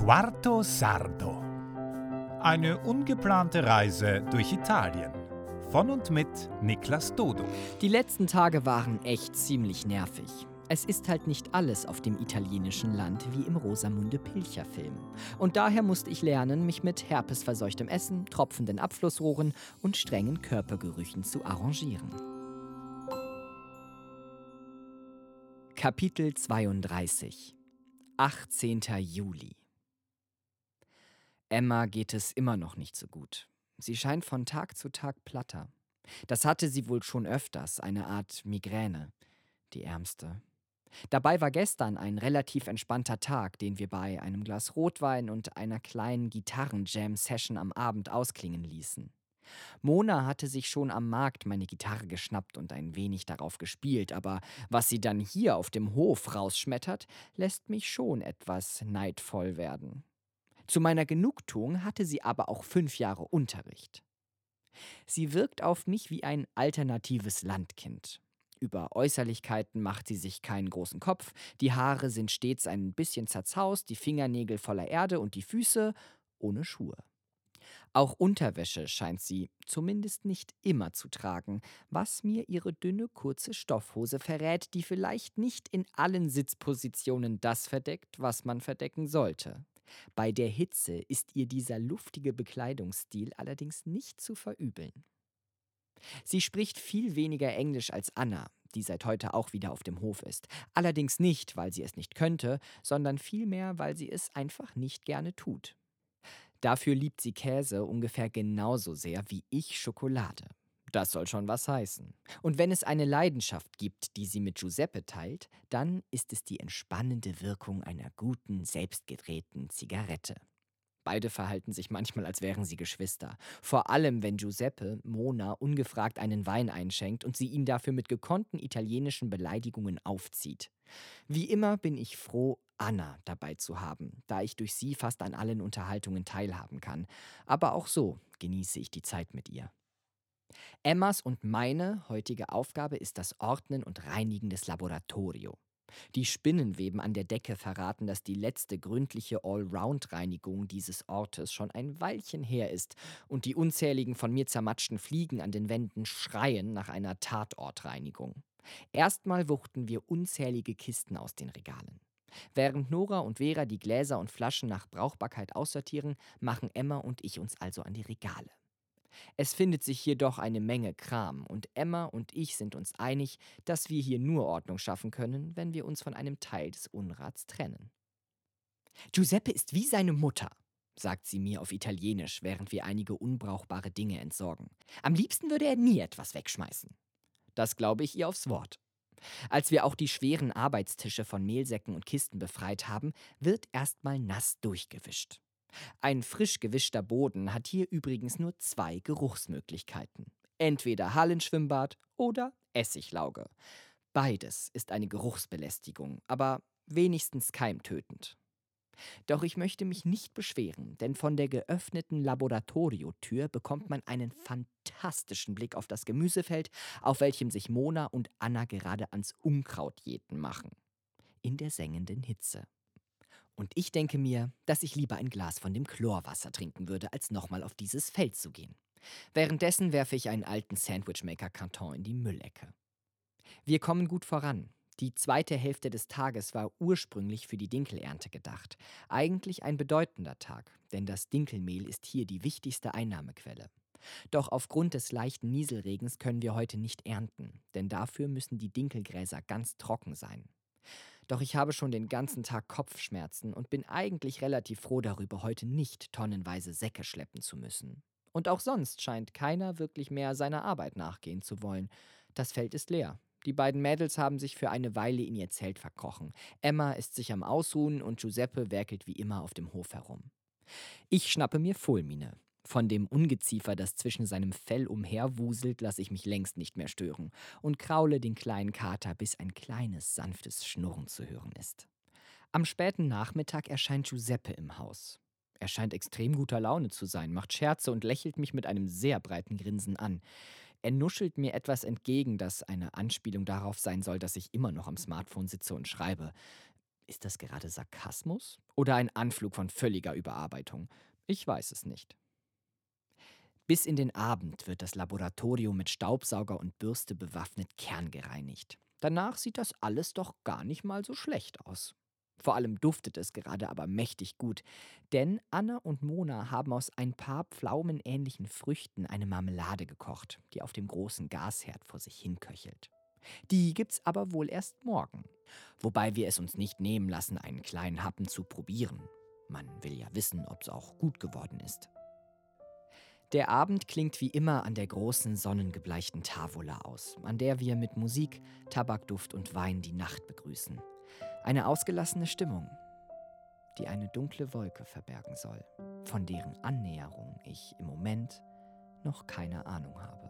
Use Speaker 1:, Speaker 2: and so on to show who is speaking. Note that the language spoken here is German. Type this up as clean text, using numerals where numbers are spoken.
Speaker 1: Quarto Sardo. Eine ungeplante Reise durch Italien. Von und mit Niklas Dodo.
Speaker 2: Die letzten Tage waren echt ziemlich nervig. Es ist halt nicht alles auf dem italienischen Land wie im Rosamunde Pilcher-Film. Und daher musste ich lernen, mich mit herpesverseuchtem Essen, tropfenden Abflussrohren und strengen Körpergerüchen zu arrangieren. Kapitel 32 18. Juli. Emma geht es immer noch nicht so gut. Sie scheint von Tag zu Tag platter. Das hatte sie wohl schon öfters, eine Art Migräne, die Ärmste. Dabei war gestern ein relativ entspannter Tag, den wir bei einem Glas Rotwein und einer kleinen Gitarren-Jam-Session am Abend ausklingen ließen. Mona hatte sich schon am Markt meine Gitarre geschnappt und ein wenig darauf gespielt, aber was sie dann hier auf dem Hof rausschmettert, lässt mich schon etwas neidvoll werden. Zu meiner Genugtuung hatte sie aber auch 5 Jahre Unterricht. Sie wirkt auf mich wie ein alternatives Landkind. Über Äußerlichkeiten macht sie sich keinen großen Kopf, die Haare sind stets ein bisschen zerzaust, die Fingernägel voller Erde und die Füße ohne Schuhe. Auch Unterwäsche scheint sie zumindest nicht immer zu tragen, was mir ihre dünne, kurze Stoffhose verrät, die vielleicht nicht in allen Sitzpositionen das verdeckt, was man verdecken sollte. Bei der Hitze ist ihr dieser luftige Bekleidungsstil allerdings nicht zu verübeln. Sie spricht viel weniger Englisch als Anna, die seit heute auch wieder auf dem Hof ist. Allerdings nicht, weil sie es nicht könnte, sondern vielmehr, weil sie es einfach nicht gerne tut. Dafür liebt sie Käse ungefähr genauso sehr wie ich Schokolade. Das soll schon was heißen. Und wenn es eine Leidenschaft gibt, die sie mit Giuseppe teilt, dann ist es die entspannende Wirkung einer guten, selbstgedrehten Zigarette. Beide verhalten sich manchmal, als wären sie Geschwister. Vor allem, wenn Giuseppe Mona ungefragt einen Wein einschenkt und sie ihn dafür mit gekonnten italienischen Beleidigungen aufzieht. Wie immer bin ich froh, Anna dabei zu haben, da ich durch sie fast an allen Unterhaltungen teilhaben kann. Aber auch so genieße ich die Zeit mit ihr. Emmas und meine heutige Aufgabe ist das Ordnen und Reinigen des Laboratorio. Die Spinnenweben an der Decke verraten, dass die letzte gründliche Allround-Reinigung dieses Ortes schon ein Weilchen her ist und die unzähligen von mir zermatschten Fliegen an den Wänden schreien nach einer Tatortreinigung. Erstmal wuchten wir unzählige Kisten aus den Regalen. Während Nora und Vera die Gläser und Flaschen nach Brauchbarkeit aussortieren, machen Emma und ich uns also an die Regale. Es findet sich hier doch eine Menge Kram und Emma und ich sind uns einig, dass wir hier nur Ordnung schaffen können, wenn wir uns von einem Teil des Unrats trennen. Giuseppe ist wie seine Mutter, sagt sie mir auf Italienisch, während wir einige unbrauchbare Dinge entsorgen. Am liebsten würde er nie etwas wegschmeißen. Das glaube ich ihr aufs Wort. Als wir auch die schweren Arbeitstische von Mehlsäcken und Kisten befreit haben, wird erstmal nass durchgewischt. Ein frisch gewischter Boden hat hier übrigens nur 2 Geruchsmöglichkeiten. Entweder Hallenschwimmbad oder Essiglauge. Beides ist eine Geruchsbelästigung, aber wenigstens keimtötend. Doch ich möchte mich nicht beschweren, denn von der geöffneten Laboratoriotür bekommt man einen fantastischen Blick auf das Gemüsefeld, auf welchem sich Mona und Anna gerade ans Unkrautjäten machen. In der sengenden Hitze. Und ich denke mir, dass ich lieber ein Glas von dem Chlorwasser trinken würde, als nochmal auf dieses Feld zu gehen. Währenddessen werfe ich einen alten Sandwichmaker-Karton in die Müllecke. Wir kommen gut voran. Die zweite Hälfte des Tages war ursprünglich für die Dinkelernte gedacht. Eigentlich ein bedeutender Tag, denn das Dinkelmehl ist hier die wichtigste Einnahmequelle. Doch aufgrund des leichten Nieselregens können wir heute nicht ernten, denn dafür müssen die Dinkelgräser ganz trocken sein. Doch ich habe schon den ganzen Tag Kopfschmerzen und bin eigentlich relativ froh darüber, heute nicht tonnenweise Säcke schleppen zu müssen. Und auch sonst scheint keiner wirklich mehr seiner Arbeit nachgehen zu wollen. Das Feld ist leer. Die beiden Mädels haben sich für eine Weile in ihr Zelt verkrochen. Emma ist sich am Ausruhen und Giuseppe werkelt wie immer auf dem Hof herum. Ich schnappe mir Fulmine. Von dem Ungeziefer, das zwischen seinem Fell umherwuselt, lasse ich mich längst nicht mehr stören und kraule den kleinen Kater, bis ein kleines, sanftes Schnurren zu hören ist. Am späten Nachmittag erscheint Giuseppe im Haus. Er scheint extrem guter Laune zu sein, macht Scherze und lächelt mich mit einem sehr breiten Grinsen an. Er nuschelt mir etwas entgegen, das eine Anspielung darauf sein soll, dass ich immer noch am Smartphone sitze und schreibe. Ist das gerade Sarkasmus oder ein Anflug von völliger Überarbeitung? Ich weiß es nicht. Bis in den Abend wird das Laboratorium mit Staubsauger und Bürste bewaffnet kerngereinigt. Danach sieht das alles doch gar nicht mal so schlecht aus. Vor allem duftet es gerade aber mächtig gut, denn Anna und Mona haben aus ein paar pflaumenähnlichen Früchten eine Marmelade gekocht, die auf dem großen Gasherd vor sich hinköchelt. Die gibt's aber wohl erst morgen. Wobei wir es uns nicht nehmen lassen, einen kleinen Happen zu probieren. Man will ja wissen, ob's auch gut geworden ist. Der Abend klingt wie immer an der großen sonnengebleichten Tavola aus, an der wir mit Musik, Tabakduft und Wein die Nacht begrüßen. Eine ausgelassene Stimmung, die eine dunkle Wolke verbergen soll, von deren Annäherung ich im Moment noch keine Ahnung habe.